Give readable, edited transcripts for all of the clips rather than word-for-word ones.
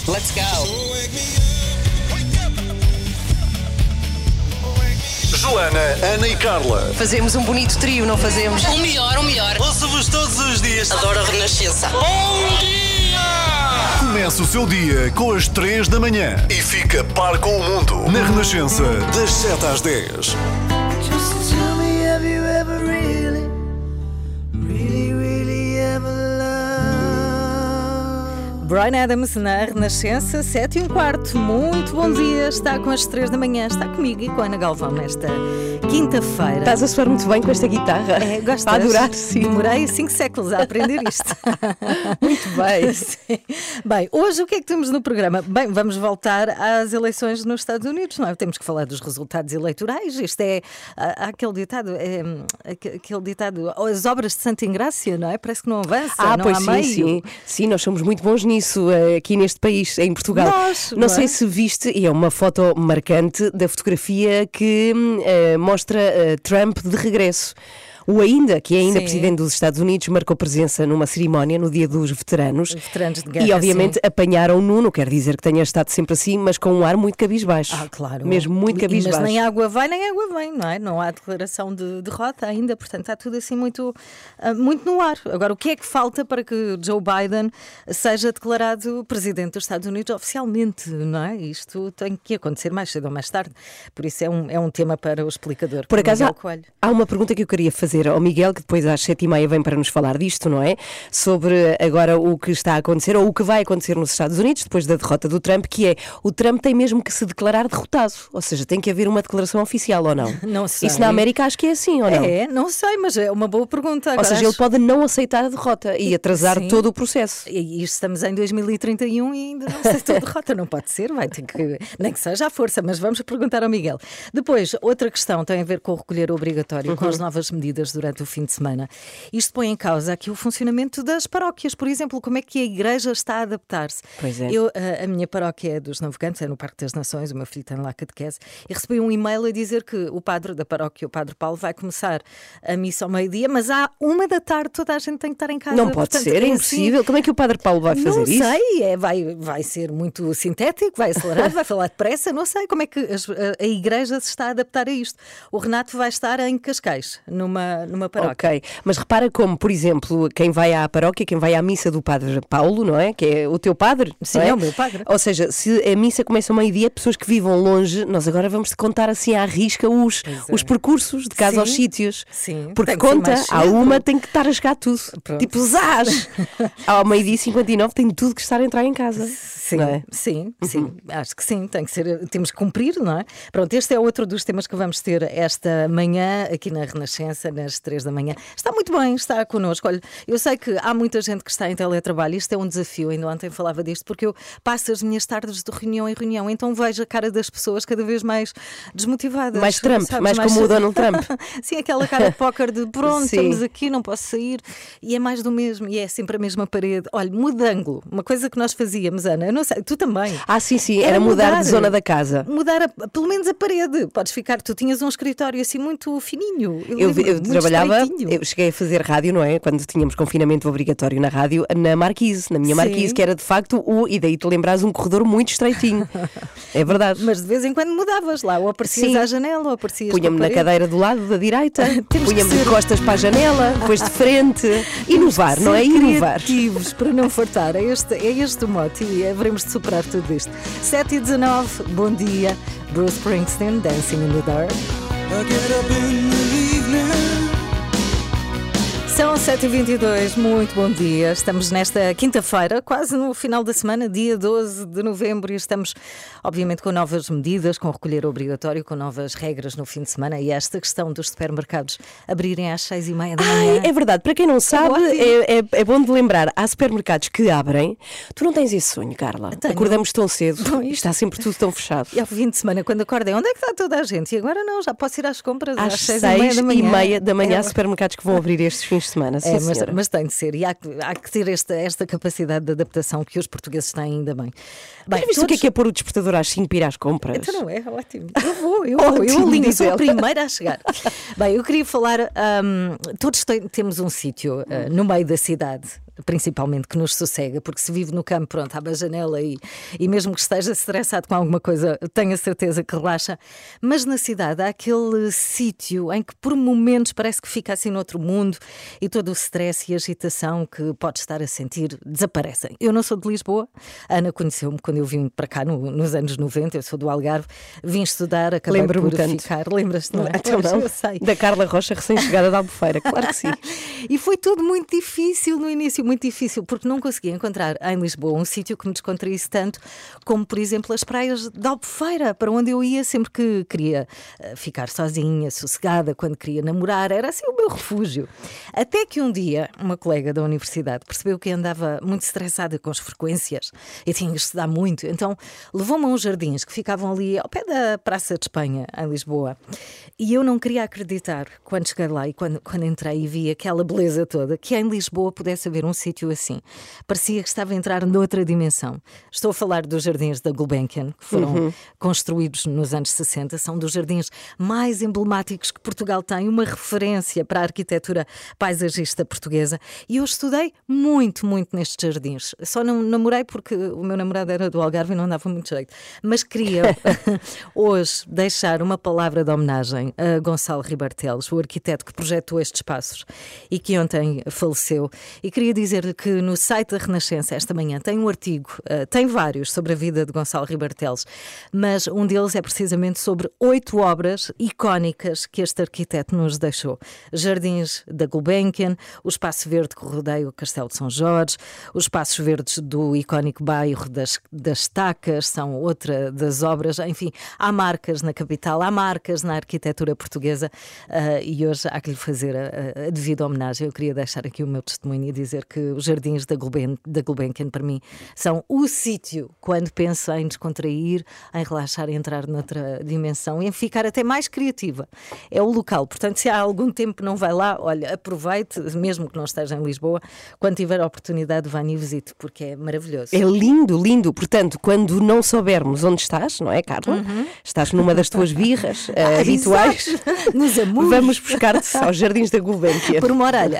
Let's go. Joana, Ana e Carla. Fazemos um bonito trio, não fazemos? O melhor. Ouço-vos todos os dias. Adoro a Renascença. Bom dia! Começa o seu dia com as 3 da manhã e fica a par com o mundo na Renascença, das 7 às 10. Just tell me, have you ever really ever loved? Bryan Adams na Renascença, 7h15. Muito bom dia, está com as 3 da manhã, está comigo e com a Ana Galvão nesta quinta-feira. Estás a soar muito bem com esta guitarra. Gostas? Está a adorar, sim. Demorei 5 séculos a aprender isto. Muito bem. Sim. Bem, hoje o que é que temos no programa? Bem, vamos voltar às eleições nos Estados Unidos, não é? Temos que falar dos resultados eleitorais. Isto é aquele ditado, as obras de Santa Ingrácia, não é? Parece que não avança, não pois há sim, meio. sim. Sim, nós somos muito bons nisso aqui neste país, em Portugal. Não sei se viste, e é uma foto marcante da fotografia que mostra Trump de regresso. O ainda Sim. presidente dos Estados Unidos marcou presença numa cerimónia no Dia dos Veteranos. Veteranos de guerra, e obviamente sim. apanharam-no, não quer dizer que tenha estado sempre assim, mas com um ar muito cabisbaixo. Claro. Mesmo muito cabisbaixo. Mas nem água vai, nem água vem, não é? Não há declaração de derrota ainda, portanto está tudo assim muito no ar. Agora, o que é que falta para que Joe Biden seja declarado presidente dos Estados Unidos oficialmente, não é? Isto tem que acontecer mais cedo ou mais tarde, por isso é um tema para o explicador. Por acaso, Miguel Coelho. há uma pergunta que eu queria fazer ao Miguel, que depois às 7h30 vem para nos falar disto, não é? Sobre agora o que está a acontecer, ou o que vai acontecer nos Estados Unidos, depois da derrota do Trump, que é, o Trump tem mesmo que se declarar derrotado, ou seja, tem que haver uma declaração oficial ou não? Não sei. Isso na América acho que é assim, ou não? Não sei, mas é uma boa pergunta. Ou Agora, seja, ele pode não aceitar a derrota e atrasar Sim. todo o processo. E estamos em 2031 e ainda não aceitou a derrota, não pode ser, vai ter que, nem que seja à força, mas vamos perguntar ao Miguel. Depois, outra questão tem a ver com o recolher obrigatório, com as novas medidas durante o fim de semana. Isto põe em causa aqui o funcionamento das paróquias, por exemplo, como é que a Igreja está a adaptar-se. Pois é. A minha paróquia é dos Navegantes, é no Parque das Nações, o meu filho tem lá a catequese, e recebi um e-mail a dizer que o padre da paróquia, o padre Paulo, vai começar a missa ao meio-dia, mas à 1h toda a gente tem que estar em casa. Não pode ser, é impossível. Assim, como é que o padre Paulo vai fazer não isso? Não sei, vai ser muito sintético, vai acelerar, vai falar depressa, não sei como é que a Igreja se está a adaptar a isto. O Renato vai estar em Cascais, numa paróquia. Ok, mas repara como, por exemplo, quem vai à paróquia, quem vai à missa do padre Paulo, não é? Que é o teu padre. Sim, não é? é o meu padre. Ou seja, se a missa começa ao meio-dia, pessoas que vivam longe, nós agora vamos contar assim à risca os percursos de casa Sim. aos sítios. Sim, porque tem que ser conta, mais à cedo. uma tem que estar a chegar tudo. Pronto. Tipo zás! Ao meio-dia 59 tem tudo que estar a entrar em casa. Sim, não é? sim, acho que sim, tem que ser, temos que cumprir, não é? Pronto, este é outro dos temas que vamos ter esta manhã aqui na Renascença, nas 3 da manhã. Está muito bem, está connosco. Olha, eu sei que há muita gente que está em teletrabalho, isto é um desafio, ainda ontem falava disto, porque eu passo as minhas tardes de reunião em reunião, então vejo a cara das pessoas cada vez mais desmotivadas. Mais Trump, sabes? mais como o Donald Trump. Sim, aquela cara de póquer de pronto, Sim. estamos aqui, não posso sair, e é mais do mesmo, e é sempre a mesma parede. Olha, muda de ângulo, uma coisa que nós fazíamos, Ana, eu não sei, tu também. Sim, era mudar de zona da casa. Mudar pelo menos a parede. Podes ficar, tu tinhas um escritório assim muito fininho. Eu muito trabalhava, estreitinho. eu cheguei a fazer rádio, não é? Quando tínhamos confinamento obrigatório na rádio, na Marquise, na minha Sim. Marquise, que era de facto e daí te lembrares, um corredor muito estreitinho. É verdade. Mas de vez em quando mudavas lá, ou aparecias Sim. à janela, ou aparecias Punha-me para a na parede. cadeira do lado da direita, Temos que punha-me de ser- costas para a janela, depois de frente. Inovar, não é? Ser Inovar. criativos para não fartar. É este o mote e haveremos de superar tudo isto. 7h19, bom dia. Bruce Springsteen, Dancing in the Dark. I get up in the evening. São 7h22, muito bom dia. Estamos nesta quinta-feira, quase no final da semana, dia 12 de novembro, e estamos, obviamente, com novas medidas, com recolher obrigatório, com novas regras no fim de semana, e esta questão dos supermercados abrirem às 6h30 da manhã. É verdade, para quem não sabe, ótimo. é bom de lembrar, há supermercados que abrem. Tu não tens esse sonho, Carla? Tenho. Acordamos tão cedo, Pois. está sempre tudo tão fechado. E ao fim de semana, quando acordem, onde é que está toda a gente? E agora não, já posso ir às compras Às às 6h30 da manhã. 6h30 da manhã, É. há supermercados que vão abrir estes fins de semana. Sim, senhora. Mas tem de ser, e há que ter esta capacidade de adaptação que os portugueses têm ainda bem. Mas viste o que é pôr o despertador às 5 para ir às compras? Então não é, ótimo. Eu Ótimo, alinho, diz sou a ela. primeira a chegar. Bem, eu queria falar, todos temos um sítio no meio da cidade, principalmente, que nos sossega, porque se vive no campo, pronto, abre a janela e mesmo que esteja estressado com alguma coisa, tenho a certeza que relaxa. Mas na cidade há aquele sítio em que por momentos parece que fica assim noutro mundo e todo o stress e agitação que pode estar a sentir desaparecem. Eu não sou de Lisboa, a Ana conheceu-me quando eu vim para cá nos anos 90, eu sou do Algarve, vim estudar, acabei Lembro-me por tanto. ficar. Lembras-te, não é? Então Pois, não. eu sei. Da Carla Rocha, recém-chegada da Albufeira, claro que sim. E foi tudo muito difícil no início, muito difícil, porque não conseguia encontrar em Lisboa um sítio que me descontraísse tanto como, por exemplo, as praias da Albufeira, para onde eu ia sempre que queria ficar sozinha, sossegada, quando queria namorar, era assim o meu refúgio. Até que um dia, uma colega da universidade percebeu que andava muito estressada com as frequências e tinha que estudar muito, então levou-me a uns jardins que ficavam ali ao pé da Praça de Espanha, em Lisboa. E eu não queria acreditar, quando cheguei lá e quando entrei e vi aquela beleza toda, que em Lisboa pudesse haver um sítio assim. Parecia que estava a entrar noutra dimensão. Estou a falar dos jardins da Gulbenkian, que foram construídos nos anos 60. São dos jardins mais emblemáticos que Portugal tem, uma referência para a arquitetura paisagista portuguesa. E eu estudei muito, muito nestes jardins. Só não namorei porque o meu namorado era do Algarve e não dava muito jeito. Mas queria hoje deixar uma palavra de homenagem a Gonçalo Ribartelos, o arquiteto que projetou estes espaços e que ontem faleceu. E queria dizer que no site da Renascença esta manhã tem um artigo, tem vários sobre a vida de Gonçalo Ribartelos, mas um deles é precisamente sobre 8 obras icónicas que este arquiteto nos deixou. Jardins da Gulbenkian, o espaço verde que rodeia o Castelo de São Jorge, os espaços verdes do icónico bairro das Tacas são outra das obras. Enfim, há marcas na capital, há marcas na arquitetura portuguesa e hoje há que lhe fazer a devida homenagem. Eu queria deixar aqui o meu testemunho e dizer que os jardins da Gulbenkian para mim são o sítio quando penso em descontrair, em relaxar, em entrar noutra dimensão e em ficar até mais criativa. É o local, portanto, se há algum tempo que não vai lá, olha, aproveite, mesmo que não esteja em Lisboa, quando tiver a oportunidade, venha e visite, porque é maravilhoso. É lindo, lindo. Portanto, quando não soubermos onde estás, não é, Carla? Estás numa das tuas birras habituais. Nos amores. Vamos buscar-te aos jardins da Gulbenkian. Por uma orelha.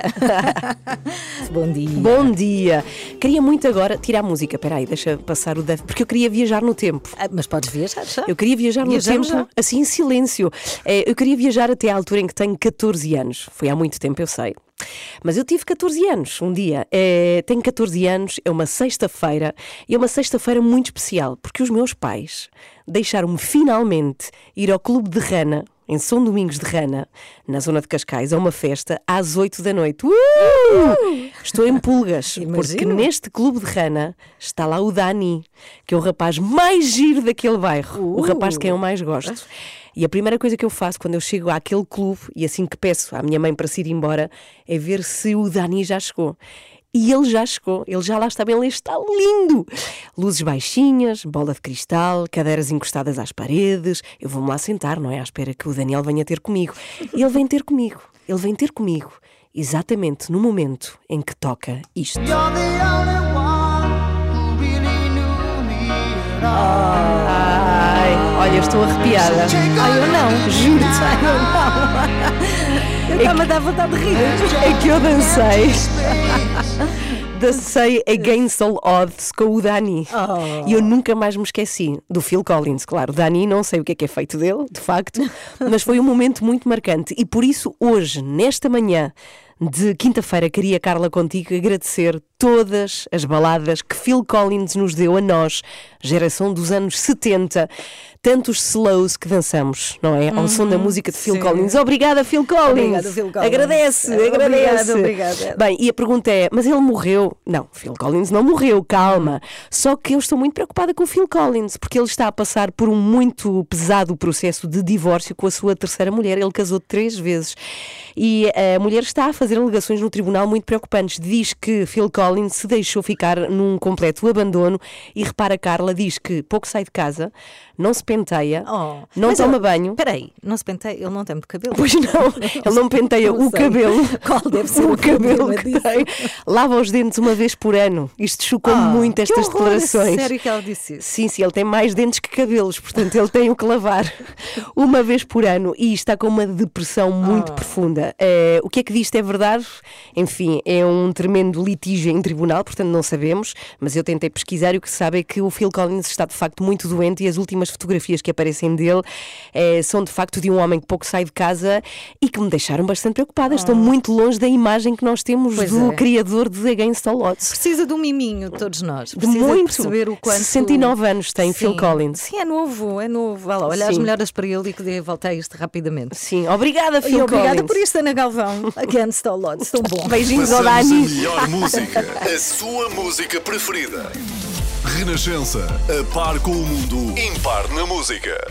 Bom dia. Bom dia. Queria muito agora tirar a música. Espera aí, deixa passar o Dave, porque eu queria viajar no tempo. Mas podes viajar já? Eu queria viajar no tempo, já? assim em silêncio. Eu queria viajar até à altura em que tenho 14 anos. Foi há muito tempo, eu sei. Mas eu tive 14 anos um dia. Tenho 14 anos, é uma sexta-feira e é uma sexta-feira muito especial porque os meus pais deixaram-me finalmente ir ao Clube de Rana, em São Domingos de Rana, na zona de Cascais, a uma festa às 8 da noite. Estou em pulgas, porque neste Clube de Rana está lá o Dani, que é o rapaz mais giro daquele bairro, o rapaz de quem eu mais gosto. E a primeira coisa que eu faço quando eu chego àquele clube, e assim que peço à minha mãe para se ir embora, é ver se o Dani já chegou. E ele já chegou, ele já lá está bem, ele está lindo! Luzes baixinhas, bola de cristal, cadeiras encostadas às paredes. Eu vou-me lá sentar, não é? À espera que o Daniel venha ter comigo. E ele vem ter comigo, exatamente no momento em que toca isto. You're the only one who really knew me at all. Ai, olha, eu estou arrepiada. Ai, eu não. Juro-te. Ai, eu não. Eu estava a dar vontade de rir. É que eu dancei Against All Odds com o Dani. E eu nunca mais me esqueci do Phil Collins, claro. O Dani, não sei o que é feito dele, de facto, mas foi um momento muito marcante. E por isso, hoje, nesta manhã de quinta-feira, queria, Carla, contigo agradecer todas as baladas que Phil Collins nos deu a nós, geração dos anos 70, tantos slows que dançamos, não é? Ao som da música de Phil Collins. Obrigada, Phil Collins. Obrigada, Phil Collins. Agradece. Obrigada. Bem, e a pergunta é, mas ele morreu? Não, Phil Collins não morreu, calma. Só que eu estou muito preocupada com o Phil Collins, porque ele está a passar por um muito pesado processo de divórcio com a sua terceira mulher. Ele casou 3 vezes. E a mulher está a fazer alegações no tribunal muito preocupantes. Diz que Phil Collins se deixou ficar num completo abandono e repara, Carla, diz que pouco sai de casa, não se penteia, não Mas toma banho. Espera aí, não se penteia, ele não tem muito cabelo. Pois não, ele não penteia Não o sei. cabelo. Qual deve ser o cabelo problema que disso? tem. Lava os dentes uma vez por ano. Isto chocou muito Que estas horror, declarações. sério que ela disse isso? Sim, ele tem mais dentes que cabelos, portanto ele tem o que lavar uma vez por ano e está com uma depressão muito profunda. O que é que disto é verdade? Enfim, é um tremendo litígio em tribunal, portanto não sabemos, mas eu tentei pesquisar e o que se sabe é que o Phil Collins está de facto muito doente e as últimas fotografias que aparecem dele são de facto de um homem que pouco sai de casa e que me deixaram bastante preocupada. Estão muito longe da imagem que nós temos Pois do é. criador de Against All Odds. Precisa de um miminho, todos nós. De Precisa muito. perceber o quanto... 69 anos tem Phil Sim. Collins. Sim, é novo, é novo. Vá lá, olha as Sim. melhoras para ele e que dê volta a isto rapidamente. Sim, obrigada, E Phil obrigada Collins. por isto, Ana Galvão. Against All Odds, tão bom. Beijinhos ao Passamos a Dani. melhor música, a sua música preferida. Renascença, a par com o mundo, impar na música.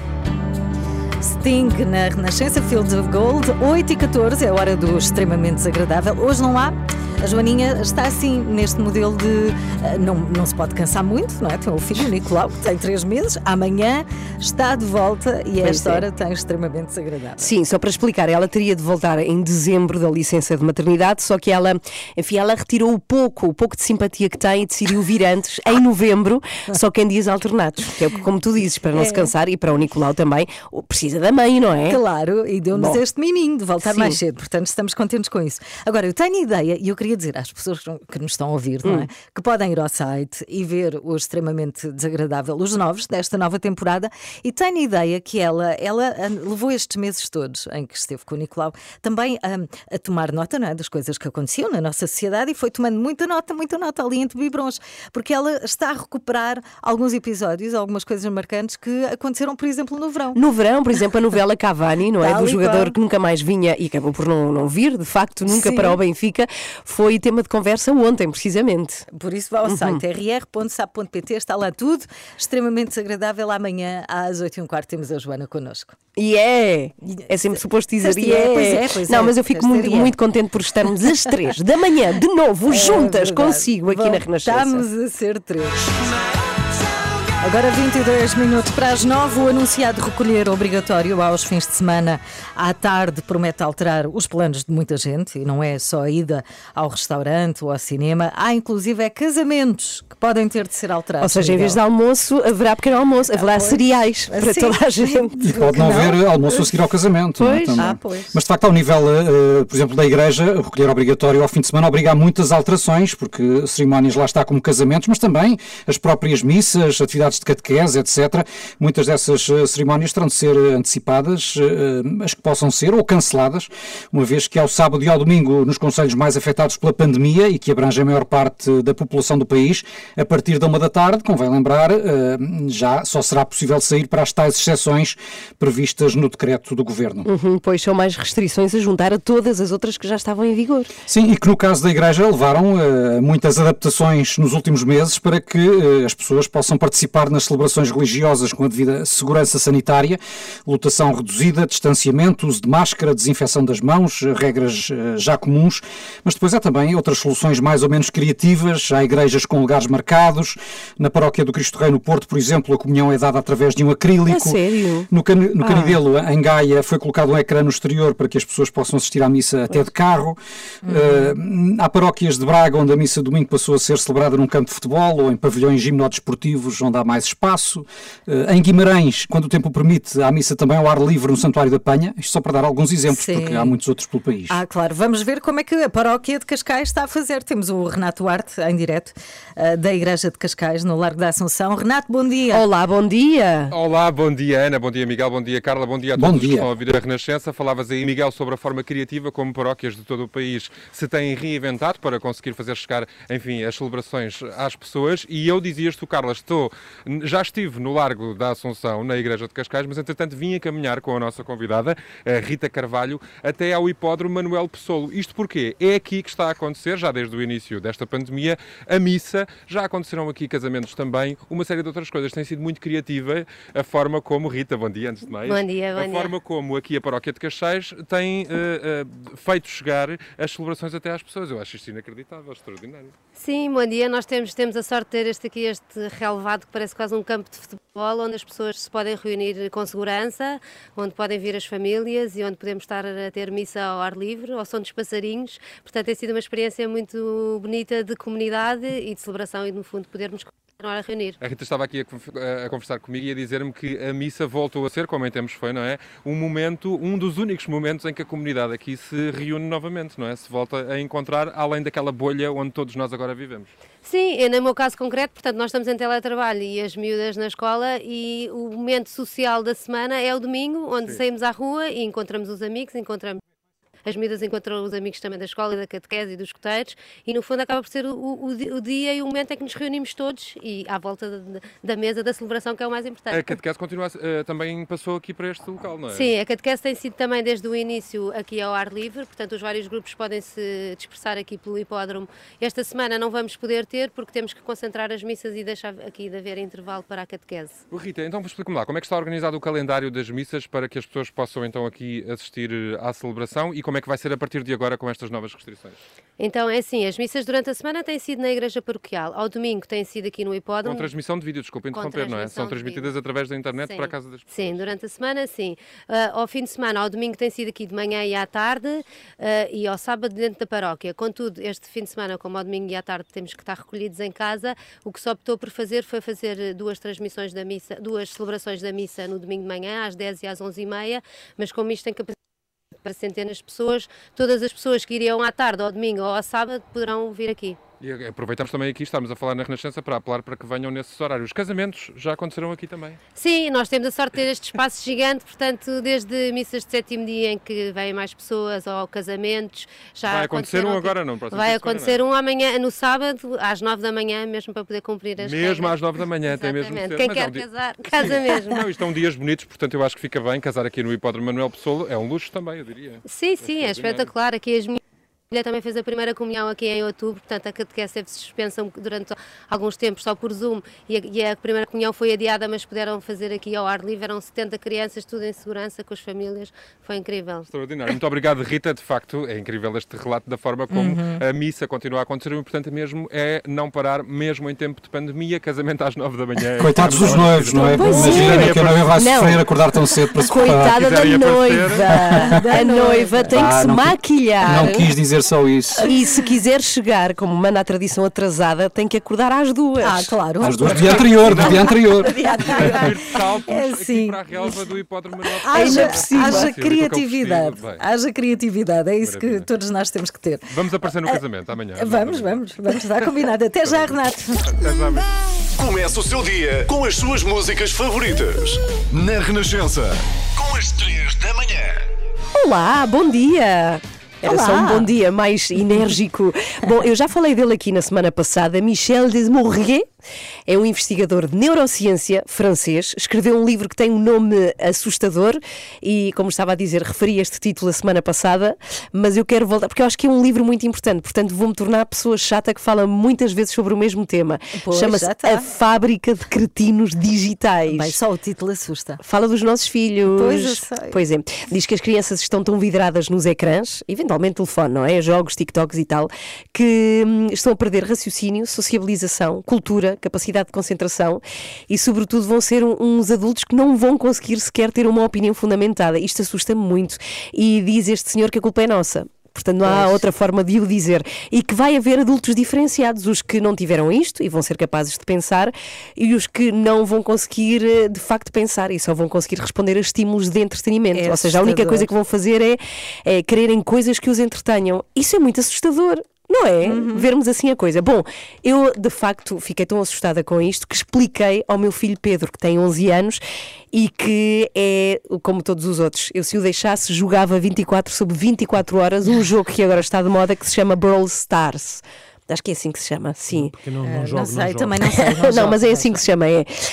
Sting na Renascença, Fields of Gold, 8h14, é a hora do extremamente desagradável. Hoje não há. A Joaninha está assim, neste modelo de não se pode cansar muito, não é? Tem o filho, o Nicolau, que tem 3 meses. Amanhã está de volta e a Pois esta é. hora tem extremamente desagradável. Sim, só para explicar, ela teria de voltar em dezembro da licença de maternidade, só que ela retirou o pouco de simpatia que tem e decidiu vir antes, em novembro, só que em dias alternados, que é como tu dizes, para não se cansar e para o Nicolau também, precisa da mãe, não é? Claro, e deu-nos Bom. este miminho de voltar Sim. mais cedo, portanto estamos contentes com isso. Agora, eu tenho ideia, e eu queria dizer às pessoas que nos estão a ouvir, não é? Que podem ir ao site e ver o extremamente desagradável, os novos desta nova temporada, e tenho ideia que ela levou estes meses todos em que esteve com o Nicolau também a tomar nota, não é? Das coisas que aconteciam na nossa sociedade e foi tomando muita nota ali entre biberons, porque ela está a recuperar alguns episódios, algumas coisas marcantes que aconteceram, por exemplo, no verão. No verão, por exemplo, a novela Cavani, não é? Tal Do e jogador qual. que nunca mais vinha e acabou por não vir, de facto, nunca Sim. para o Benfica, foi tema de conversa ontem, precisamente. Por isso vá ao site rr.sap.pt, está lá tudo, extremamente desagradável. Amanhã às 8h15 temos a Joana connosco. E é sempre suposto dizer Disseste pois é, Não, mas eu fico disseste muito, muito contente por estarmos às 3 da manhã, de novo, juntas, verdade. consigo, aqui na Renascença. Estamos a ser 3. Agora 22 minutos para as 9, o anunciado recolher obrigatório aos fins de semana à tarde promete alterar os planos de muita gente e não é só a ida ao restaurante ou ao cinema, há inclusive casamentos que podem ter de ser alterados. Ou seja, em vez de almoço, haverá pequeno almoço, haverá pois. cereais para Sim, toda a sim. gente. E pode não haver almoço a seguir ao casamento. não é, Pois. também. Pois. Mas de facto, ao nível, por exemplo, da igreja, o recolher obrigatório ao fim de semana obriga a muitas alterações, porque cerimónias lá está como casamentos, mas também as próprias missas, atividades de catequese, etc. Muitas dessas cerimónias terão de ser antecipadas, as que possam ser, ou canceladas, uma vez que ao sábado e ao domingo, nos concelhos mais afetados pela pandemia e que abrangem a maior parte da população do país, a partir da 1 da tarde, convém lembrar, já só será possível sair para as tais exceções previstas no decreto do Governo. Pois são mais restrições a juntar a todas as outras que já estavam em vigor. Sim, e que no caso da Igreja levaram muitas adaptações nos últimos meses para que as pessoas possam participar nas celebrações religiosas com a devida segurança sanitária, lotação reduzida, distanciamento, uso de máscara, desinfecção das mãos, regras já comuns, mas depois há também outras soluções mais ou menos criativas. Há igrejas com lugares marcados. Na paróquia do Cristo Rei no Porto, por exemplo, a comunhão é dada através de um acrílico. A sério? No Canidelo, em Gaia, foi colocado um ecrã no exterior para que as pessoas possam assistir à missa até de carro. Há paróquias de Braga onde a missa de domingo passou a ser celebrada num campo de futebol ou em pavilhões gimnodesportivos onde há mais espaço. Em Guimarães, quando o tempo permite, há missa também ao ar livre no Santuário da Penha. Isto só para dar alguns exemplos, Sim. porque há muitos outros pelo país. Claro, vamos ver como é que a paróquia de Cascais está a fazer. Temos o Renato Duarte em direto da Igreja de Cascais, no Largo da Assunção. Renato, bom dia. Olá, bom dia. Olá, bom dia Ana, bom dia Miguel, bom dia Carla, bom dia a Bom todos que dia. estão a ouvir a Renascença. Falavas aí, Miguel, sobre a forma criativa como paróquias de todo o país se têm reinventado para conseguir fazer chegar, enfim, as celebrações às pessoas. E eu dizias tu, Carla, já estive no Largo da Assunção, na Igreja de Cascais, mas entretanto vim a caminhar com a nossa convidada, a Rita Carvalho, até ao hipódromo Manuel Pessolo. Isto porque é aqui que está a acontecer, já desde o início desta pandemia, a missa. Já aconteceram aqui casamentos também, uma série de outras coisas. Tem sido muito criativa a forma como, Rita, bom dia antes de mais. Bom dia, bom a dia. forma como aqui a Paróquia de Cascais tem feito chegar as celebrações até às pessoas. Eu acho isto inacreditável, extraordinário. Sim, bom dia. Nós temos a sorte de ter este relevado que parece fosse quase um campo de futebol onde as pessoas se podem reunir com segurança, onde podem vir as famílias e onde podemos estar a ter missa ao ar livre, ao som dos passarinhos. Portanto, tem sido uma experiência muito bonita de comunidade e de celebração e, no fundo, podermos continuar a reunir. A Rita estava aqui a conversar comigo e a dizer-me que a missa voltou a ser, como em tempos foi, não é? Um dos únicos momentos em que a comunidade aqui se reúne novamente, não é? Se volta a encontrar, além daquela bolha onde todos nós agora vivemos. Sim, no meu caso concreto, portanto, nós estamos em teletrabalho e as miúdas na escola e o momento social da semana é o domingo, onde saímos à rua e encontramos os amigos, as miúdas encontram os amigos também da escola e da catequese e dos escuteiros e no fundo acaba por ser o dia e o momento em que nos reunimos todos e à volta da mesa da celebração, que é o mais importante. A catequese continua, também passou aqui para este local, não é? Sim, a catequese tem sido também desde o início aqui ao ar livre, portanto os vários grupos podem se dispersar aqui pelo hipódromo. Esta semana não vamos poder ter porque temos que concentrar as missas e deixar aqui de haver intervalo para a catequese. Rita, então explica-me lá, como é que está organizado o calendário das missas para que as pessoas possam então aqui assistir à celebração e como é que vai ser a partir de agora com estas novas restrições? Então é assim, as missas durante a semana têm sido na igreja paroquial, ao domingo têm sido aqui no hipódromo. Com transmissão de vídeo, desculpa interromper, não é? São transmitidas através da internet para a casa das pessoas. Sim, durante a semana sim. Ao fim de semana, ao domingo tem sido aqui de manhã e à tarde e ao sábado dentro da paróquia. Contudo, este fim de semana, como ao domingo e à tarde temos que estar recolhidos em casa, o que se optou por fazer foi fazer duas celebrações da missa no domingo de manhã, às 10 e às 11h30, mas como isto tem capacidade para centenas de pessoas, todas as pessoas que iriam à tarde, ao domingo ou ao sábado poderão vir aqui. E aproveitamos também aqui, estamos a falar na Renascença para apelar para que venham nesses horários. Os casamentos já aconteceram aqui também? Sim, nós temos a sorte de ter este espaço gigante, portanto, desde missas de sétimo dia em que vêm mais pessoas ou casamentos, já vai acontecer um agora, não? Vai acontecer um amanhã, no sábado, às 9 da manhã, mesmo para poder cumprir as regras. Mesmo às 9 da manhã, tem mesmo de ser. Quem quer casar, casa mesmo. Não, isto são dias bonitos, portanto eu acho que fica bem casar aqui no Hipódromo Manuel Pessoa, é um luxo também, eu diria. Sim, é espetacular, aqui as minhas filha também fez a primeira comunhão aqui em outubro, portanto a catequese teve suspensa durante alguns tempos só por Zoom e a primeira comunhão foi adiada, mas puderam fazer aqui ao ar livre, eram 70 crianças, tudo em segurança, com as famílias, foi incrível. Extraordinário. Muito obrigado, Rita, de facto é incrível este relato da forma como a missa continua a acontecer, o importante mesmo é não parar, mesmo em tempo de pandemia, casamento às 9 da manhã. Coitados dos noivos, não é? Pois Imagina que a noiva vai sofrer acordar tão cedo para se preparar. Coitada da noiva. A noiva tem que se maquilhar. Não quis dizer só isso. E se quiser chegar, como manda a tradição atrasada, tem que acordar às 2. Claro. Às 2 do dia anterior, do dia anterior. Saltos É aqui assim. para a relva do Hipódromo Manuel. Haja criatividade. Haja criatividade, é isso que Maravilha. todos nós temos que ter. Vamos aparecer no casamento amanhã. Vamos, está combinado. Até já, Renato. Até já. Começa o seu dia com as suas músicas favoritas. Na Renascença. Com as 3 da manhã. Olá, bom dia! Era só um bom dia mais enérgico. Bom, eu já falei dele aqui na semana passada. Michel Desmauriers é um investigador de neurociência francês. Escreveu um livro que tem um nome assustador e, como estava a dizer, referi este título a semana passada, mas eu quero voltar, porque eu acho que é um livro muito importante, portanto vou-me tornar a pessoa chata que fala muitas vezes sobre o mesmo tema. Chama-se A Fábrica de Cretinos Digitais. Bem, só o título assusta. Fala dos nossos filhos. Pois, eu sei. Pois é. Diz que as crianças estão tão vidradas nos ecrãs, eventualmente telefone, não é? Jogos, TikToks e tal, que estão a perder raciocínio, sociabilização, cultura, capacidade de concentração e, sobretudo, vão ser uns adultos que não vão conseguir sequer ter uma opinião fundamentada. Isto assusta-me muito. E diz este senhor que a culpa é nossa. Portanto, não há outra forma de o dizer. E que vai haver adultos diferenciados, os que não tiveram isto e vão ser capazes de pensar, e os que não vão conseguir, de facto, pensar e só vão conseguir responder a estímulos de entretenimento. Ou seja, a única coisa que vão fazer é quererem coisas que os entretenham. Isso é muito assustador. Não é? Vermos assim a coisa. Bom, eu de facto fiquei tão assustada com isto que expliquei ao meu filho Pedro, que tem 11 anos e que é como todos os outros. Eu, se o deixasse, jogava 24 sobre 24 horas um jogo que agora está de moda que se chama Brawl Stars. Acho que é assim que se chama, sim. Não sei, também não sei. Não, mas é assim que se chama,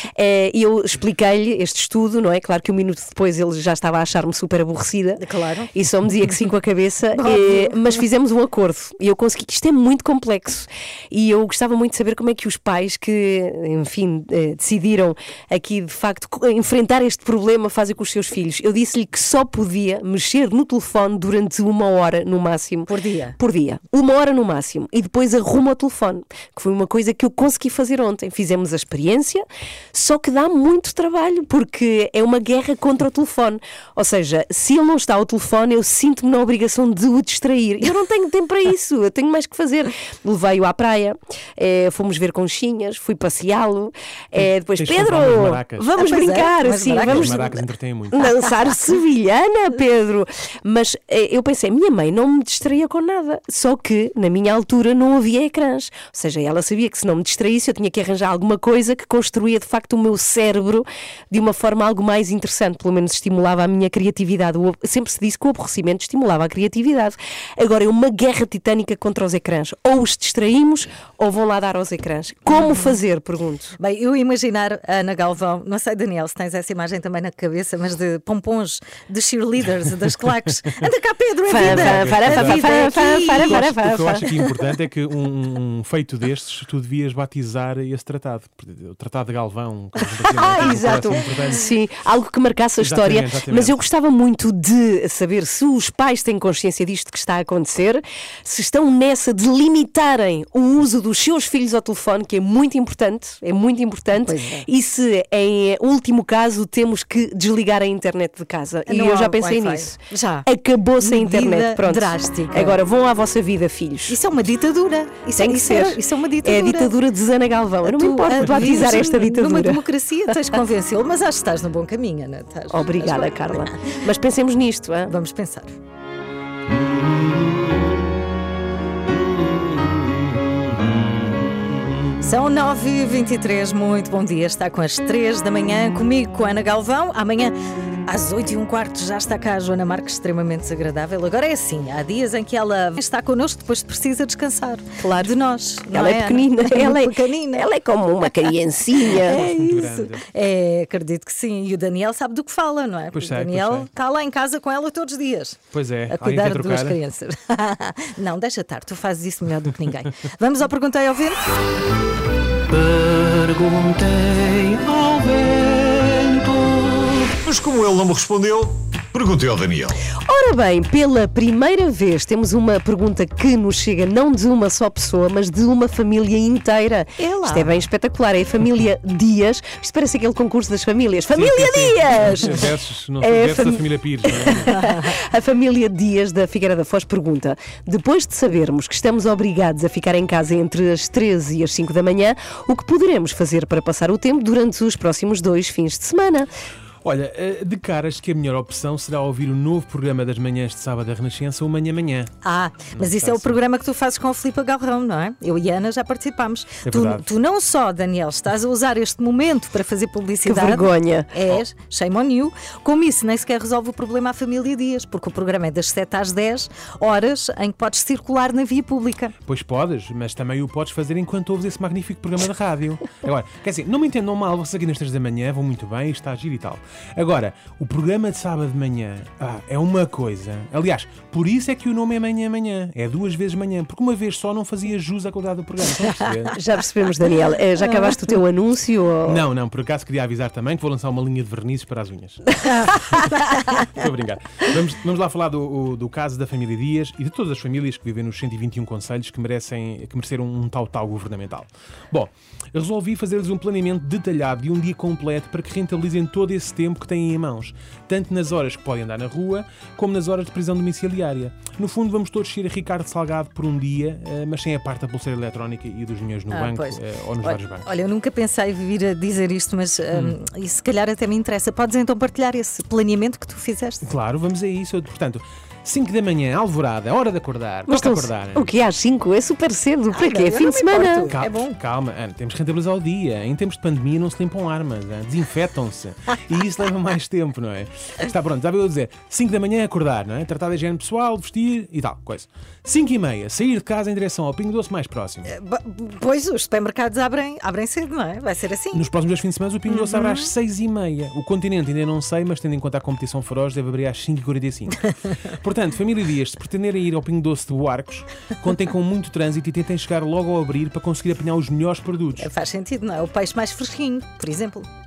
E eu expliquei-lhe este estudo, não é? Claro que um minuto depois ele já estava a achar-me super aborrecida. Claro. E só me dizia que sim com a cabeça. Mas fizemos um acordo. E eu consegui, que isto é muito complexo. E eu gostava muito de saber como é que os pais que, enfim, decidiram aqui, de facto, enfrentar este problema fazem com os seus filhos. Eu disse-lhe que só podia mexer no telefone durante 1 hora no máximo. Por dia? Por dia. 1 hora no máximo. E depois a rumo ao telefone, que foi uma coisa que eu consegui fazer ontem. Fizemos a experiência, só que dá muito trabalho, porque é uma guerra contra o telefone. Ou seja, se ele não está ao telefone, eu sinto-me na obrigação de o distrair. Eu não tenho tempo para isso, eu tenho mais que fazer. Levei-o à praia, fomos ver conchinhas, fui passeá-lo. Depois, Tens de Pedro, comprar umas maracas. vamos brincar. mas Sim, maracas. vamos As maracas entretêm muito. dançar sevilhana, Pedro. Mas eu pensei, minha mãe não me distraía com nada. Só que, na minha altura, não havia ecrãs. Ou seja, ela sabia que se não me distraísse, eu tinha que arranjar alguma coisa que construía, de facto, o meu cérebro de uma forma algo mais interessante. Pelo menos estimulava a minha criatividade. Sempre se disse que o aborrecimento estimulava a criatividade. Agora é uma guerra titânica contra os ecrãs. Ou os distraímos, ou vão lá dar aos ecrãs. Como fazer, pergunto. Bem, eu imaginar a Ana Galvão, não sei, Daniel, se tens essa imagem também na cabeça, mas de pompons, de cheerleaders, das claques. Anda cá, Pedro, é vida! O que eu acho aqui importante é que um feito destes, tu devias batizar esse tratado. O Tratado de Galvão. Exato. Sim, algo que marcasse a história. Exatamente. Mas eu gostava muito de saber se os pais têm consciência disto que está a acontecer, se estão nessa de limitarem o uso dos seus filhos ao telefone, que é muito importante, e se, em último caso, temos que desligar a internet de casa. E Não eu há já pensei Wi-Fi. nisso. Já. Acabou-se a Medida internet. Pronto. drástica. Agora vão à vossa vida, filhos. Isso é uma ditadura. Tem que ser. Isso é uma ditadura. É a ditadura de Zana Galvão. Eu não me Tu importo de batizar vives esta ditadura. Numa democracia tens de convencê-lo, mas acho que estás no bom caminho, Ana. Obrigada, Estás bem. Carla. Mas pensemos nisto, hein? Vamos pensar. São 9h23, muito bom dia. Está com as 3 da manhã, comigo, com a Ana Galvão. Amanhã, às 8h15, já está cá a Joana Marques, extremamente desagradável. Agora é assim, há dias em que ela está connosco, depois precisa descansar. Claro. De nós. Ela não é pequenina, Ana? ela é pequenina. Ela é como uma criancinha. É muito isso. grande. É, acredito que sim. E o Daniel sabe do que fala, não é? Pois Porque o sei, Daniel pois sei. está lá em casa com ela todos os dias. Pois é, A alguém cuidar quer de duas trocar? crianças. Não, deixa estar, tu fazes isso melhor do que ninguém. Vamos ao Perguntei ao Vento? Perguntei ao vento. Mas como ele não me respondeu, perguntei ao Daniel. Ora bem, pela primeira vez temos uma pergunta que nos chega não de uma só pessoa, mas de uma família inteira. É lá. Isto é bem espetacular, é a família Dias. Isto parece aquele concurso das famílias. Família Dias! Versos, não É versos da família Pires. Não é? A família Dias da Figueira da Foz pergunta: depois de sabermos que estamos obrigados a ficar em casa entre as 13 e as 5 da manhã, o que poderemos fazer para passar o tempo durante os próximos 2 fins de semana? Olha, de caras que a melhor opção será ouvir o novo programa das manhãs de sábado da Renascença, o Manhã Manhã. Mas isso é o programa que tu fazes com o Filipe Galrão, não é? Eu e a Ana já participámos. É verdade. Tu não só, Daniel, estás a usar este momento para fazer publicidade. Que vergonha. És, shame on you. Como isso, nem sequer resolve o problema à família Dias, porque o programa é das 7 às 10 horas em que podes circular na via pública. Pois podes, mas também o podes fazer enquanto ouves esse magnífico programa de rádio. Agora, quer dizer, não me entendam mal, vocês aqui nas 3 da manhã vão muito bem, está a giro e tal. Agora, o programa de sábado de manhã é uma coisa. Aliás, por isso é que o nome é Manhã Manhã. É 2 vezes manhã, porque uma vez só não fazia jus à qualidade do programa. Estão a perceber? Já percebemos, Daniel. Já acabaste o teu anúncio? Ou... Não, por acaso queria avisar também que vou lançar uma linha de vernizes para as unhas. Estou a brincar. Vamos lá falar do caso da família Dias e de todas as famílias que vivem nos 121 concelhos que mereceram um tal governamental. Bom, resolvi fazer-lhes um planeamento detalhado de um dia completo para que rentabilizem todo esse tempo que têm em mãos, tanto nas horas que podem andar na rua, como nas horas de prisão domiciliária. No fundo, vamos todos ser Ricardo Salgado por um dia, mas sem a parte da pulseira eletrónica e dos milhões no banco ou nos vários bancos. Olha, eu nunca pensei vir a dizer isto, mas e se calhar até me interessa. Podes então partilhar esse planeamento que tu fizeste? Claro, vamos a isso. Portanto, 5 da manhã, alvorada, hora de acordar. Mas Toca acordar. o que é às 5? É super cedo. Para quê? eu Fim não de me semana. importo. É bom. Calma, Ana, temos que rentabilizar o dia. Em tempos de pandemia não se limpam armas, desinfetam-se. E isso leva mais tempo, não é? Está pronto, já vou dizer. 5 da manhã acordar, não é? Tratar da higiene pessoal, vestir e tal, coisa. 5h30, sair de casa em direção ao Pingo Doce mais próximo. Pois, os supermercados abrem cedo, não é? Vai ser assim. Nos próximos 2 fins de semana o Pingo Doce abre às 6h30. O Continente ainda não sei, mas tendo em conta a competição feroz, deve abrir às 5h45. Portanto, família Dias, se pretenderem ir ao Pingo Doce de Buarcos, contem com muito trânsito e tentem chegar logo ao abrir para conseguir apanhar os melhores produtos. Faz sentido, não é? O peixe mais fresquinho, por exemplo.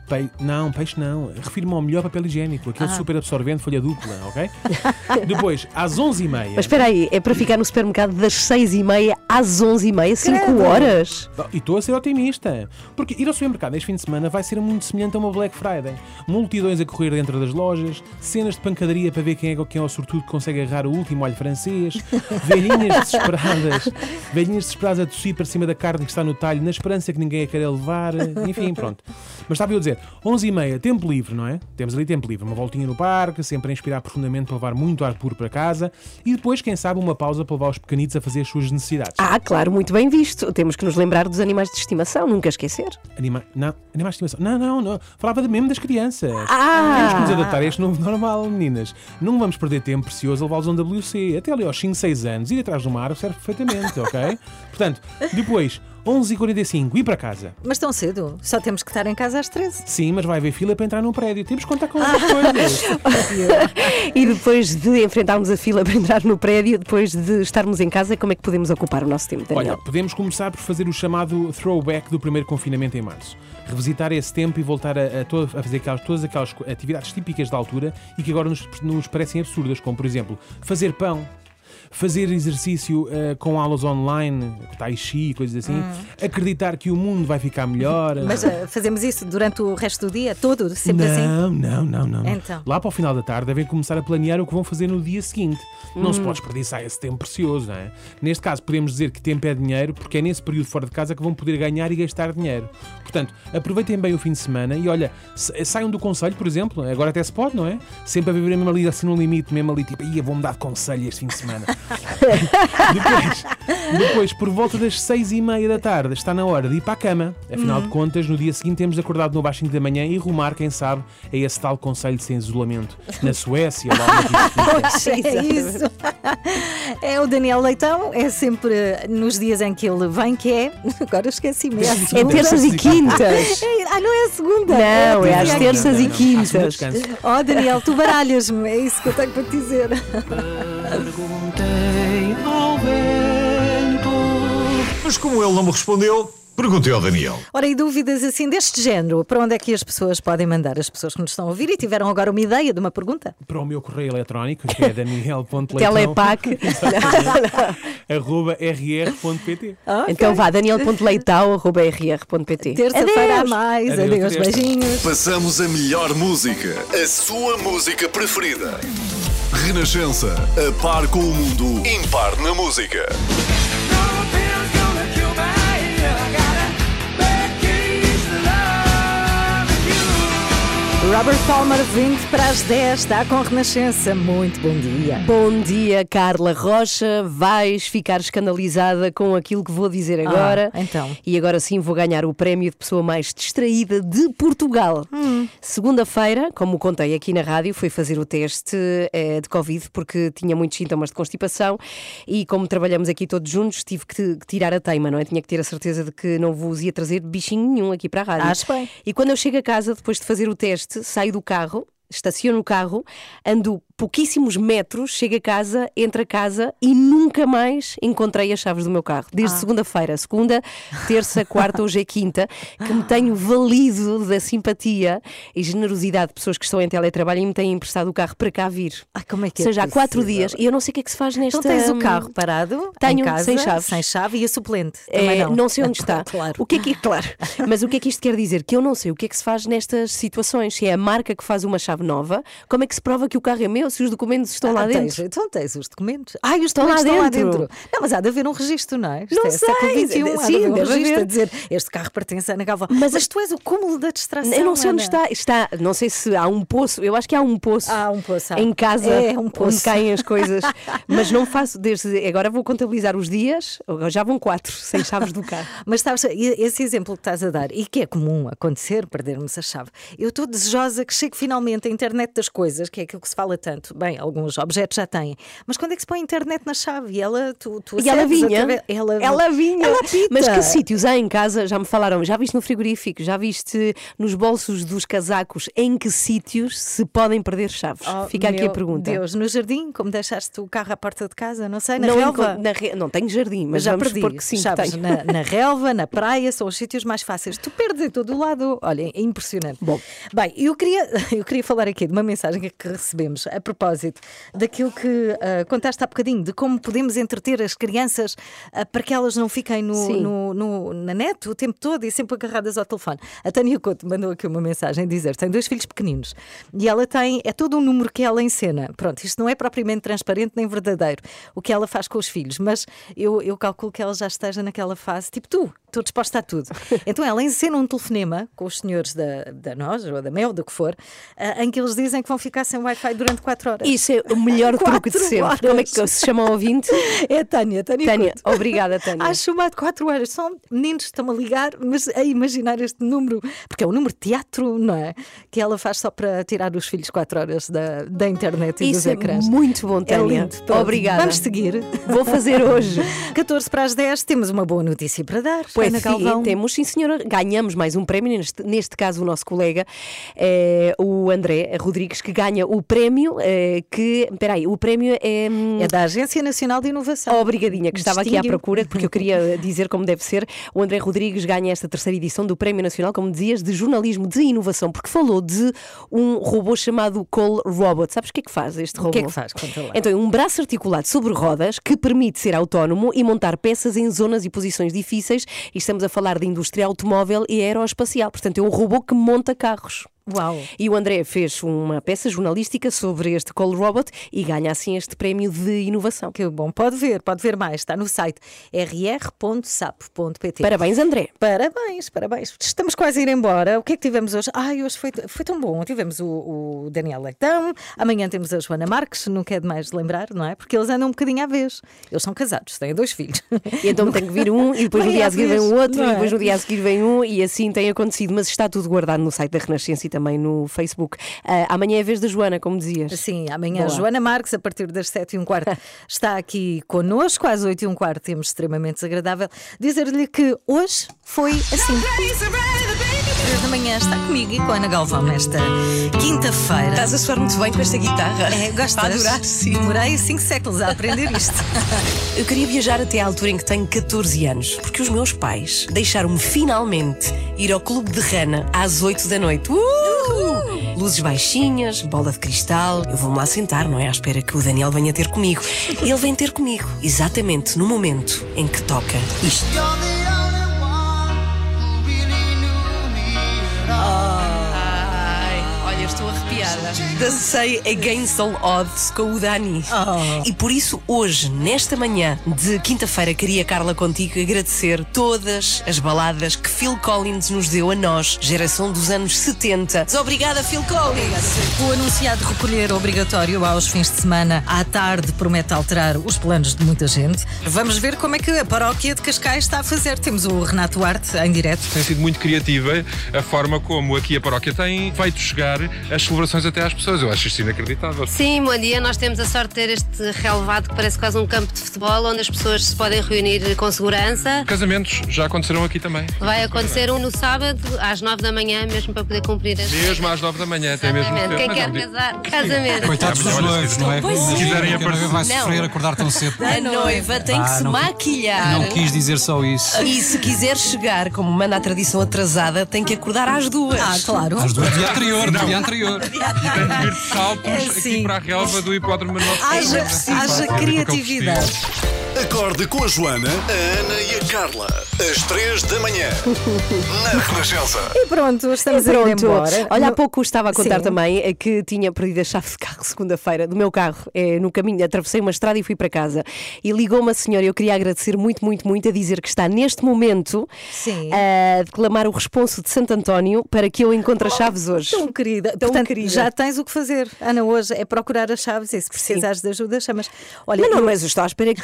Não, peixe não. Refiro-me ao melhor papel higiênico, aquele super absorvente, folha dupla, ok? Depois, às 11h30. Mas espera aí, é para ficar no supermercado das 6h30 às 11h30, 5 horas? E estou a ser otimista. Porque ir ao supermercado este fim de semana vai ser muito semelhante a uma Black Friday. Multidões a correr dentro das lojas, cenas de pancadaria para ver quem é o sortudo que consegue agarrar o último alho francês, velhinhas desesperadas a tossir para cima da carne que está no talho, na esperança que ninguém a queira levar. Enfim, pronto. Mas estava eu a dizer, 11h30, tempo livre, não é? Temos ali tempo livre, uma voltinha no parque, sempre a inspirar profundamente para levar muito ar puro para casa e depois, quem sabe, uma pausa para levar os pequenitos a fazer as suas necessidades. Claro, muito bem visto. Temos que nos lembrar dos animais de estimação, nunca esquecer. Não, animais de estimação. Não. Falava mesmo das crianças. Temos que nos adaptar a este novo normal, meninas. Não vamos perder tempo precioso a levá-los a um WC. Até ali aos 5, 6 anos, ir atrás de uma árvore serve perfeitamente, ok? Portanto, depois, 11h45, ir para casa. Mas tão cedo? Só temos que estar em casa às 13. Sim, mas vai haver fila para entrar num prédio. Temos que contar com outras coisas. E depois de enfrentarmos a fila para entrar no prédio, depois de estarmos em casa, como é que podemos ocupar o nosso tempo, Daniel? Olha, podemos começar por fazer o chamado throwback do primeiro confinamento em março. Revisitar esse tempo e voltar a fazer todas aquelas atividades típicas da altura e que agora nos parecem absurdas, como, por exemplo, fazer pão, fazer exercício com aulas online, tai chi e coisas assim, acreditar que o mundo vai ficar melhor. Mas fazemos isso durante o resto do dia todo? Sempre assim? Não. Então. Lá para o final da tarde devem começar a planear o que vão fazer no dia seguinte. Não se pode desperdiçar esse tempo precioso, não é? Neste caso podemos dizer que tempo é dinheiro, porque é nesse período fora de casa que vão poder ganhar e gastar dinheiro. Portanto, aproveitem bem o fim de semana e olha, saiam do conselho, por exemplo, agora até se pode, não é? Sempre a viver mesmo ali assim no limite, mesmo ali tipo, vou mudar de conselho este fim de semana. Depois, por volta das 6h30 da tarde, está na hora de ir para a cama. Afinal de contas, no dia seguinte temos acordado no baixinho da manhã e rumar, quem sabe, a esse tal conselho de sem isolamento. Na Suécia, lá Pois é isso. É o Daniel Leitão, é sempre nos dias em que ele vem, que é. Agora esqueci mesmo. É terças e quintas. Não é a segunda. Não, é às terças e quintas. Daniel, tu baralhas-me, é isso que eu tenho para te dizer. Perguntei ao vento. Mas como ele não me respondeu, perguntei ao Daniel. Ora, e dúvidas assim deste género, para onde é que as pessoas podem mandar? As pessoas que nos estão a ouvir e tiveram agora uma ideia de uma pergunta? para o meu correio eletrónico, que é daniel.leitão Telepac. @rr.pt. Então vá, daniel.leitão@rr.pt. Terça-feira a mais. Adeus, beijinhos. Passamos a melhor música, a sua música preferida. Renascença, a par com o mundo, impar na música. Robert Palmer, 20 para as 10, está com Renascença. Muito bom dia. Bom dia, Carla Rocha. Vais ficar escandalizada com aquilo que vou dizer agora. Então. E agora sim vou ganhar o prémio de pessoa mais distraída de Portugal. Segunda-feira, como contei aqui na rádio, fui fazer o teste de Covid porque tinha muitos sintomas de constipação e como trabalhamos aqui todos juntos, tive que tirar a teima, não é? Tinha que ter a certeza de que não vos ia trazer bichinho nenhum aqui para a rádio. Acho bem. E quando eu chego a casa, depois de fazer o teste, saio do carro, estaciono o carro, ando pouquíssimos metros, chego a casa, entro a casa e nunca mais encontrei as chaves do meu carro. Desde segunda-feira, segunda, terça, quarta, hoje é quinta, que me tenho valido da simpatia e generosidade de pessoas que estão em teletrabalho e me têm emprestado o carro para cá vir. Como é que Ou seja, há 4 possível? dias e eu não sei o que é que se faz nesta... Então tens o carro parado Tenho, em casa, sem chaves. sem chave e a suplente. Também não sei onde está. Claro. O que é que claro. Mas o que é que isto quer dizer? Que eu não sei o que é que se faz nestas situações. Se é a marca que faz uma chave nova, como é que se prova que o carro é meu se os documentos estão lá dentro? Então tens os documentos. Os Estão documentos lá dentro. dentro. Não, mas há de haver um registro, não é? Isto Não é sei. século XXI, há de Sim, haver um deve registro haver. a dizer este carro pertence a Ana Galvão. Mas tu és o cúmulo da distração. Eu não sei onde Ana. está. Não sei se há um poço. Eu acho que há um poço. Há um poço. Em casa, É um poço. onde caem as coisas. Mas não faço desde. Agora vou contabilizar os dias. Já vão 4 sem chaves do carro. Mas sabes, esse exemplo que estás a dar, e que é comum acontecer, perdermos a chave, eu estou desejosa que chegue finalmente a internet das coisas, que é aquilo que se fala tanto, portanto, bem, alguns objetos já têm. Mas quando é que se põe a internet na chave? E ela, tu E ela acedes vinha. através- Ela vinha. Ela apita. Mas que sítios há em casa? Já me falaram. Já viste no frigorífico? Já viste nos bolsos dos casacos? Em que sítios se podem perder chaves? Oh, Fica aqui a meu pergunta. Deus, no jardim, como deixaste o carro à porta de casa, não sei, na Não, relva. não tenho jardim, mas já vamos perdi, supor que sim, que sabes, tenho. na relva, na praia, são os sítios mais fáceis. Tu perdes em todo o lado. Olha, é impressionante. Bom. Bem, eu queria falar aqui de uma mensagem que recebemos a propósito daquilo que contaste há bocadinho, de como podemos entreter as crianças para que elas não fiquem Sim. na net o tempo todo e sempre agarradas ao telefone. A Tânia Couto mandou aqui uma mensagem a dizer: tem 2 filhos pequeninos e ela é todo um número que ela encena. Pronto, isto não é propriamente transparente nem verdadeiro o que ela faz com os filhos, mas eu calculo que ela já esteja naquela fase, tipo estou disposta a tudo. Então ela encena um telefonema com os senhores da NOS ou da MEL, do que for, em que eles dizem que vão ficar sem Wi-Fi durante 4 horas. Isso é o melhor truque de 4 sempre. horas. Como é que se chama o ouvinte? É a Tânia Tânia, Couto. obrigada, Tânia. Acho chamado 4 horas. São meninos que estão a ligar, mas a imaginar este número, porque é um número de teatro, não é? Que ela faz só para tirar os filhos 4 horas da internet e dos Isso é ecrãs. muito bom, É Tânia. lindo. Pronto, Obrigada. Vamos seguir. Vou fazer hoje. 14 para as 10, temos uma boa notícia para dar. Pois Ana sim, Galvão. temos, sim senhora, ganhamos mais um prémio, neste caso o nosso colega, o André Rodrigues, que ganha o prémio, o prémio é... É da Agência Nacional de Inovação. Obrigadinha, que estava aqui à Distinguiu. procura, porque eu queria dizer como deve ser. O André Rodrigues ganha esta 3ª edição do Prémio Nacional, como dizias, de Jornalismo de Inovação, porque falou de um robô chamado Call Robot. Sabes o que é que faz este robô? O que é que faz? Conta lá. Então, é um braço articulado sobre rodas que permite ser autónomo e montar peças em zonas e posições difíceis, e estamos a falar de indústria automóvel e aeroespacial. Portanto, é um robô que monta carros. Uau! E o André fez uma peça jornalística sobre este Call Robot e ganha assim este prémio de inovação. Que bom, pode ver mais, está no site rr.sapo.pt. Parabéns, André. Parabéns. Estamos quase a ir embora. O que é que tivemos hoje? Hoje foi tão bom. Tivemos o Daniel Leitão, amanhã temos a Joana Marques, não quer demais lembrar, não é? Porque eles andam um bocadinho à vez. Eles são casados, têm 2 filhos. E então tem que vir um, e depois no Bem dia à a seguir vem vez, um outro, não e é? depois no dia a seguir vem um, e assim tem acontecido. Mas está tudo guardado no site da Renascença e também no Facebook. Amanhã é a vez da Joana, como dizias. Sim, amanhã a Boa. Joana Marques, a partir das 7h15, está aqui connosco. Às 8h15 temos extremamente desagradável. Dizer-lhe que hoje foi assim. 3 da manhã está comigo e com a Ana Galvão nesta quinta-feira. Estás a soar muito bem com esta guitarra. Gostas? Está a adorar, sim. Demorei 5 séculos a aprender isto. Eu queria viajar até à altura em que tenho 14 anos, porque os meus pais deixaram-me finalmente ir ao Clube de Rana às 8 da noite. Luzes baixinhas, bola de cristal. Eu vou-me lá sentar, não é? À espera que o Daniel venha ter comigo. E ele vem ter comigo, exatamente no momento em que toca isto. You're the only one who really knew me at all. Ai, olha, estou arrepiada. Dancei Against All Odds com o Dani. E por isso, hoje, nesta manhã de quinta-feira, queria, Carla, contigo agradecer todas as baladas que Phil Collins nos deu a nós, geração dos anos 70. Obrigada, Phil Collins! O anunciado recolher obrigatório aos fins de semana à tarde promete alterar os planos de muita gente. Vamos ver como é que a paróquia de Cascais está a fazer. Temos o Renato Duarte em direto. Tem sido muito criativa a forma como aqui a paróquia tem feito chegar as celebrações até às pessoas. Eu acho isto inacreditável. Sim, bom dia. Nós temos a sorte de ter este relevado que parece quase um campo de futebol, onde as pessoas se podem reunir com segurança. Casamentos já aconteceram aqui também. Vai acontecer um no sábado, às 9 da manhã, mesmo para poder cumprir as... Mesmo às 9 da manhã, até mesmo. Exatamente. Quem Mas quer não digo- casar, casamento. Coitados dos noivos, não é? Se quiserem Que a noiva vai sofrer acordar tão cedo. A noiva tem que se maquilhar. Não quis dizer só isso. E se quiser chegar, como manda a tradição atrasada, tem que acordar às 2. Claro. Às 2 do dia anterior, do dia anterior. E tem de vir de saltos aqui sim. para a relva do hipódromo Manuel Haja criatividade. Acorde com a Joana, a Ana e a Carla. Às 3 da manhã. Na Renascença. E pronto, estamos a ir Pronto. embora. Olha, há pouco estava a contar Sim. também que tinha perdido a chave de carro segunda-feira do meu carro. No caminho, atravessei uma estrada e fui para casa. E ligou uma senhora, eu queria agradecer muito, muito, muito, a dizer que está neste momento Sim. a declamar o responso de Santo António para que eu encontre as chaves hoje. Tão querida. Tão Portanto, querida. já tens o que fazer. Ana, hoje é procurar as chaves e se precisares de ajuda, chamas. Olha, Mas não, mas eu estou à espera que quando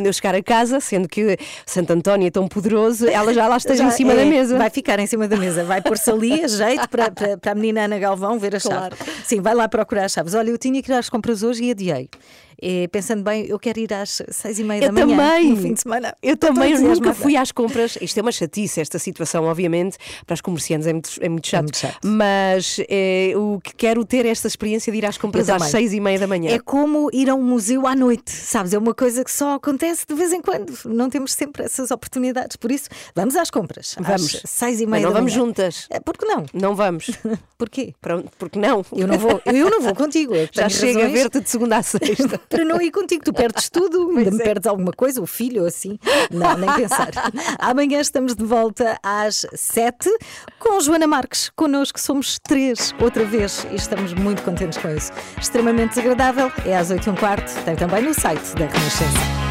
eu chegar a casa, sendo que Santo António é tão poderoso, ela já lá esteja em cima da mesa. Vai ficar em cima da mesa, vai pôr-se ali a jeito para a menina Ana Galvão ver a chave. Sim, vai lá procurar as chaves. Olha, eu tinha que ir às compras hoje e adiei. Pensando bem, eu quero ir às 6h30 da manhã. Também. No fim de semana. Eu também, eu nunca fui às compras. Isto é uma chatice, esta situação, obviamente. Para os comerciantes é muito chato. Mas o que quero ter esta experiência de ir às compras às 6h30 da manhã. É como ir a um museu à noite, sabes? É uma coisa que só acontece de vez em quando. Não temos sempre essas oportunidades. Por isso, vamos às compras. Vamos. Às 6h30 Mas não vamos juntas. Por que não? Não vamos. Porquê? Porque não. Eu não vou contigo. Já chega a ver-te de segunda a sexta. Para não ir contigo, tu perdes tudo, ainda me perdes alguma coisa, o filho ou assim. Não, nem pensar. Amanhã estamos de volta às 7 com Joana Marques. Connosco somos 3 outra vez e estamos muito contentes com isso. Extremamente desagradável, é às 8h15, tem também no site da Renascença.